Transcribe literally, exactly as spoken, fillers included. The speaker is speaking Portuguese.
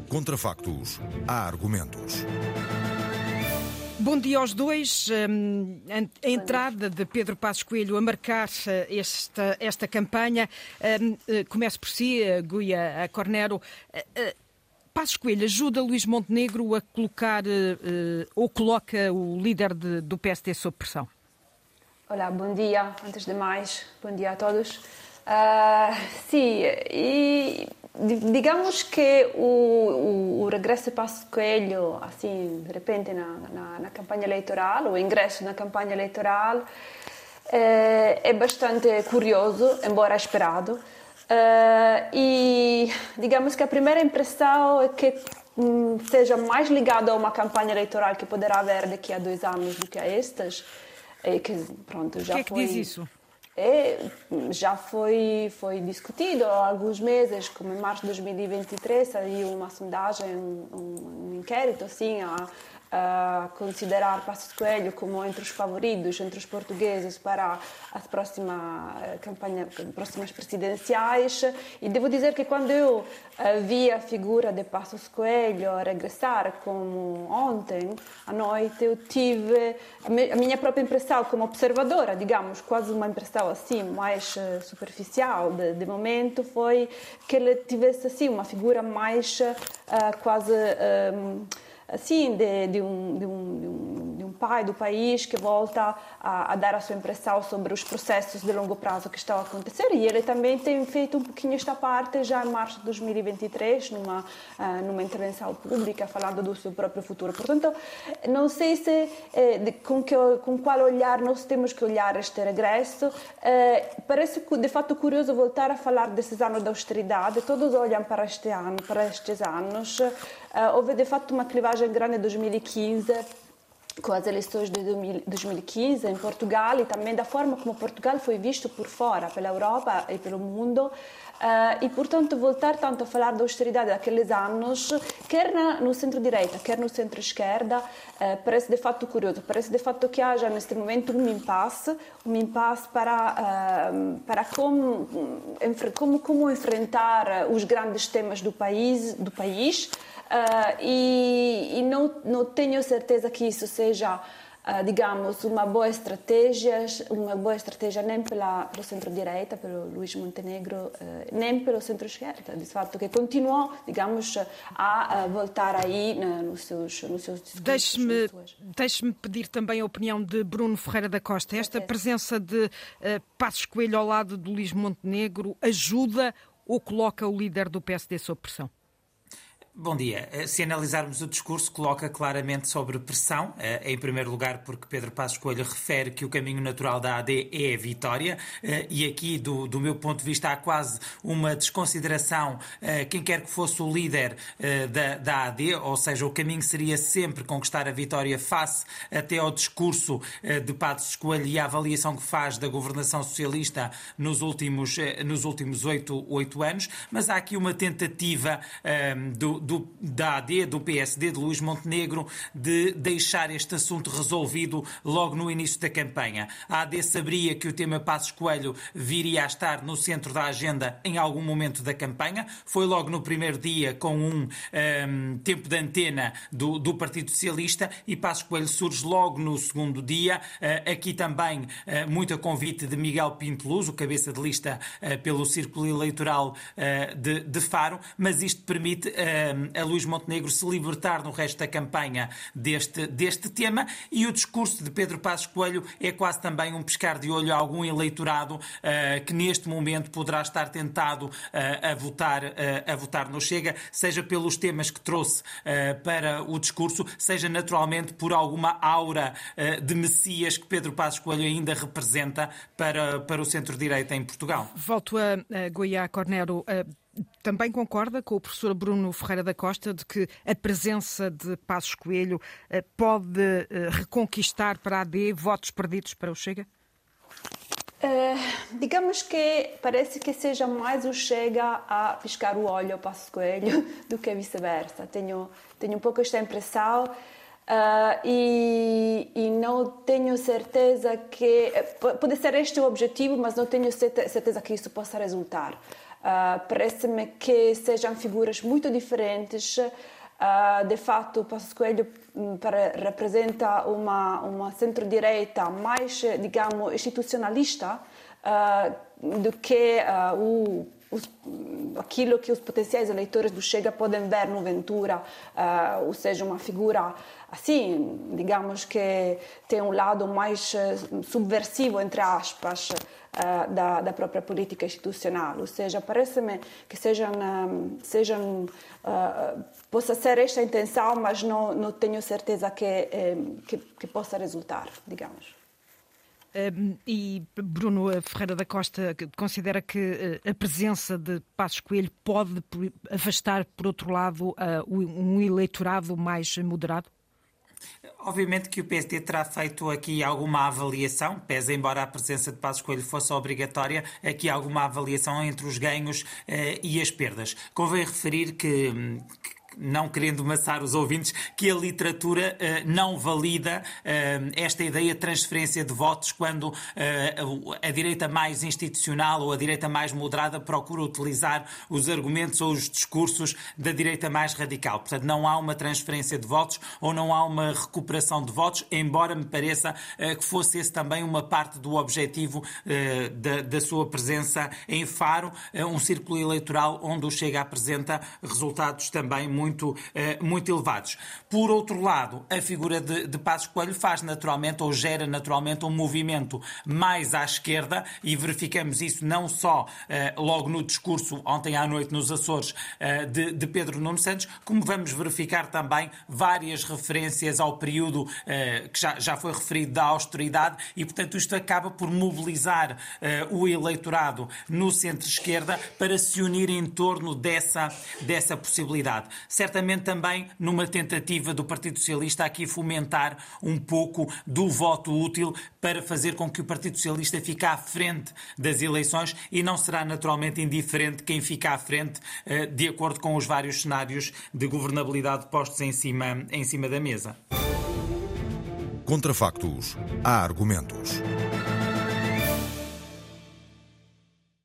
Contra factos, há argumentos. Bom dia aos dois. A entrada de Pedro Passos Coelho a marcar esta, esta campanha. Começo por si, Guia Cornero. Passos Coelho ajuda Luís Montenegro a colocar ou coloca o líder de, do P S D sob pressão? Olá, bom dia. Antes de mais, bom dia a todos. Uh, sim, e digamos que o, o, o regresso de Passos Coelho, assim, de repente na, na, na campanha eleitoral, o ingresso na campanha eleitoral, é, é bastante curioso, embora esperado. Uh, e digamos que a primeira impressão é que um, seja mais ligado a uma campanha eleitoral que poderá haver daqui a dois anos do que a estas. E que, pronto, já o que é que foi... diz isso? É, já foi, foi discutido há alguns meses, como em março de dois mil e vinte e três saiu uma sondagem, um, um inquérito assim, a, a considerar Passos Coelho como entre os favoritos, entre os portugueses para as próximas campanhas, próximas presidenciais. E devo dizer que quando eu vi a figura de Passos Coelho regressar, como ontem à noite, eu tive a minha própria impressão como observadora, digamos, quase uma impressão assim mais superficial de, de momento, foi que ele tivesse assim uma figura mais uh, quase um, assim de, de, um, de, um, de um pai do país que volta a, a dar a sua impressão sobre os processos de longo prazo que estão a acontecer, e ele também tem feito um pouquinho esta parte já em março de dois mil e vinte e três numa, uh, numa intervenção pública falando do seu próprio futuro. Portanto, não sei se eh, de, com, que, com qual olhar nós temos que olhar este regresso. Eh, parece de fato curioso voltar a falar desses anos de austeridade. Todos olham para este ano, para estes anos. Uh, houve de fato uma clivagem grande em dois mil e quinze, com as eleições de dois mil e quinze em Portugal, e também da forma como Portugal foi visto por fora, pela Europa e pelo mundo. Uh, e, portanto, voltar tanto a falar da austeridade daqueles anos, quer na, no centro-direita, quer no centro-esquerda, uh, parece de fato curioso. Parece de fato que haja, neste momento, um impasse, um impasse para, uh, para como, como, como enfrentar os grandes temas do país, do país uh, e, e não, não tenho certeza que isso seja... Uh, digamos, uma boa estratégia, uma boa estratégia nem pela, pelo centro-direita, pelo Luís Montenegro, uh, nem pelo centro-esquerda, de fato, que continuam, digamos, a, a voltar aí na, nos seus, nos seus discursos. Deixe-me, deixe-me pedir também a opinião de Bruno Ferreira da Costa. Esta okay. presença de uh, Passos Coelho ao lado de Luís Montenegro ajuda ou coloca o líder do P S D sob pressão? Bom dia. Se analisarmos o discurso, coloca claramente sobre pressão, em primeiro lugar porque Pedro Passos Coelho refere que o caminho natural da A D é a vitória, e aqui, do, do meu ponto de vista, há quase uma desconsideração, quem quer que fosse o líder da, da A D, ou seja, o caminho seria sempre conquistar a vitória face até ao discurso de Passos Coelho e à avaliação que faz da governação socialista nos últimos, nos últimos oito, oito anos, mas há aqui uma tentativa um, do Do, da A D, do P S D, de Luís Montenegro, de deixar este assunto resolvido logo no início da campanha. A A D saberia que o tema Passos Coelho viria a estar no centro da agenda em algum momento da campanha. Foi logo no primeiro dia com um, um tempo de antena do, do Partido Socialista, e Passos Coelho surge logo no segundo dia. Uh, aqui também uh, muito a convite de Miguel Pinto Luz, o cabeça de lista uh, pelo Círculo Eleitoral uh, de, de Faro, mas isto permite uh, a Luís Montenegro se libertar no resto da campanha deste, deste tema, e o discurso de Pedro Passos Coelho é quase também um pescar de olho a algum eleitorado uh, que neste momento poderá estar tentado uh, a, votar, uh, a votar no Chega, seja pelos temas que trouxe uh, para o discurso, seja naturalmente por alguma aura uh, de Messias que Pedro Passos Coelho ainda representa para, para o centro-direita em Portugal. Volto a, a Guia Cornero. Uh... Também concorda com o professor Bruno Ferreira da Costa de que a presença de Passos Coelho pode reconquistar para a A D votos perdidos para o Chega? Uh, digamos que parece que seja mais o Chega a piscar o olho ao Passos Coelho do que vice-versa. Tenho, tenho um pouco esta impressão. Uh, e, e não tenho certeza que... Pode ser este o objetivo, mas não tenho certeza que isso possa resultar. Uh, parece-me que sejam figuras muito diferentes. Uh, de fato, Passos Coelho para, representa uma, uma centro-direita mais, digamos, institucionalista uh, do que uh, o, os, aquilo que os potenciais eleitores do Chega podem ver no Ventura, uh, ou seja, uma figura assim, digamos que tem um lado mais uh, subversivo, entre aspas, Uh, da, da própria política institucional, ou seja, parece-me que sejam, um, sejam uh, possa ser esta a intenção, mas não, não tenho certeza que, um, que, que possa resultar, digamos. Um, e Bruno Ferreira da Costa considera que a presença de Passos Coelho pode afastar, por outro lado, uh, um eleitorado mais moderado? Obviamente que o P S D terá feito aqui alguma avaliação, pese embora a presença de Passos Coelho fosse obrigatória, aqui alguma avaliação entre os ganhos eh, e as perdas. Convém referir que, que não querendo maçar os ouvintes, que a literatura uh, não valida uh, esta ideia de transferência de votos quando uh, a direita mais institucional ou a direita mais moderada procura utilizar os argumentos ou os discursos da direita mais radical. Portanto, não há uma transferência de votos ou não há uma recuperação de votos, embora me pareça uh, que fosse esse também uma parte do objetivo uh, da, da sua presença em Faro, uh, um círculo eleitoral onde o Chega apresenta resultados também muito Muito, muito elevados. Por outro lado, a figura de, de Passos Coelho faz naturalmente ou gera naturalmente um movimento mais à esquerda e verificamos isso não só uh, logo no discurso ontem à noite nos Açores uh, de, de Pedro Nuno Santos, como vamos verificar também várias referências ao período uh, que já, já foi referido da austeridade e, portanto, isto acaba por mobilizar uh, o eleitorado no centro-esquerda para se unir em torno dessa, dessa possibilidade. Certamente também numa tentativa do Partido Socialista aqui fomentar um pouco do voto útil para fazer com que o Partido Socialista fique à frente das eleições e não será naturalmente indiferente quem fica à frente de acordo com os vários cenários de governabilidade postos em cima, em cima da mesa. Contra factos, há argumentos.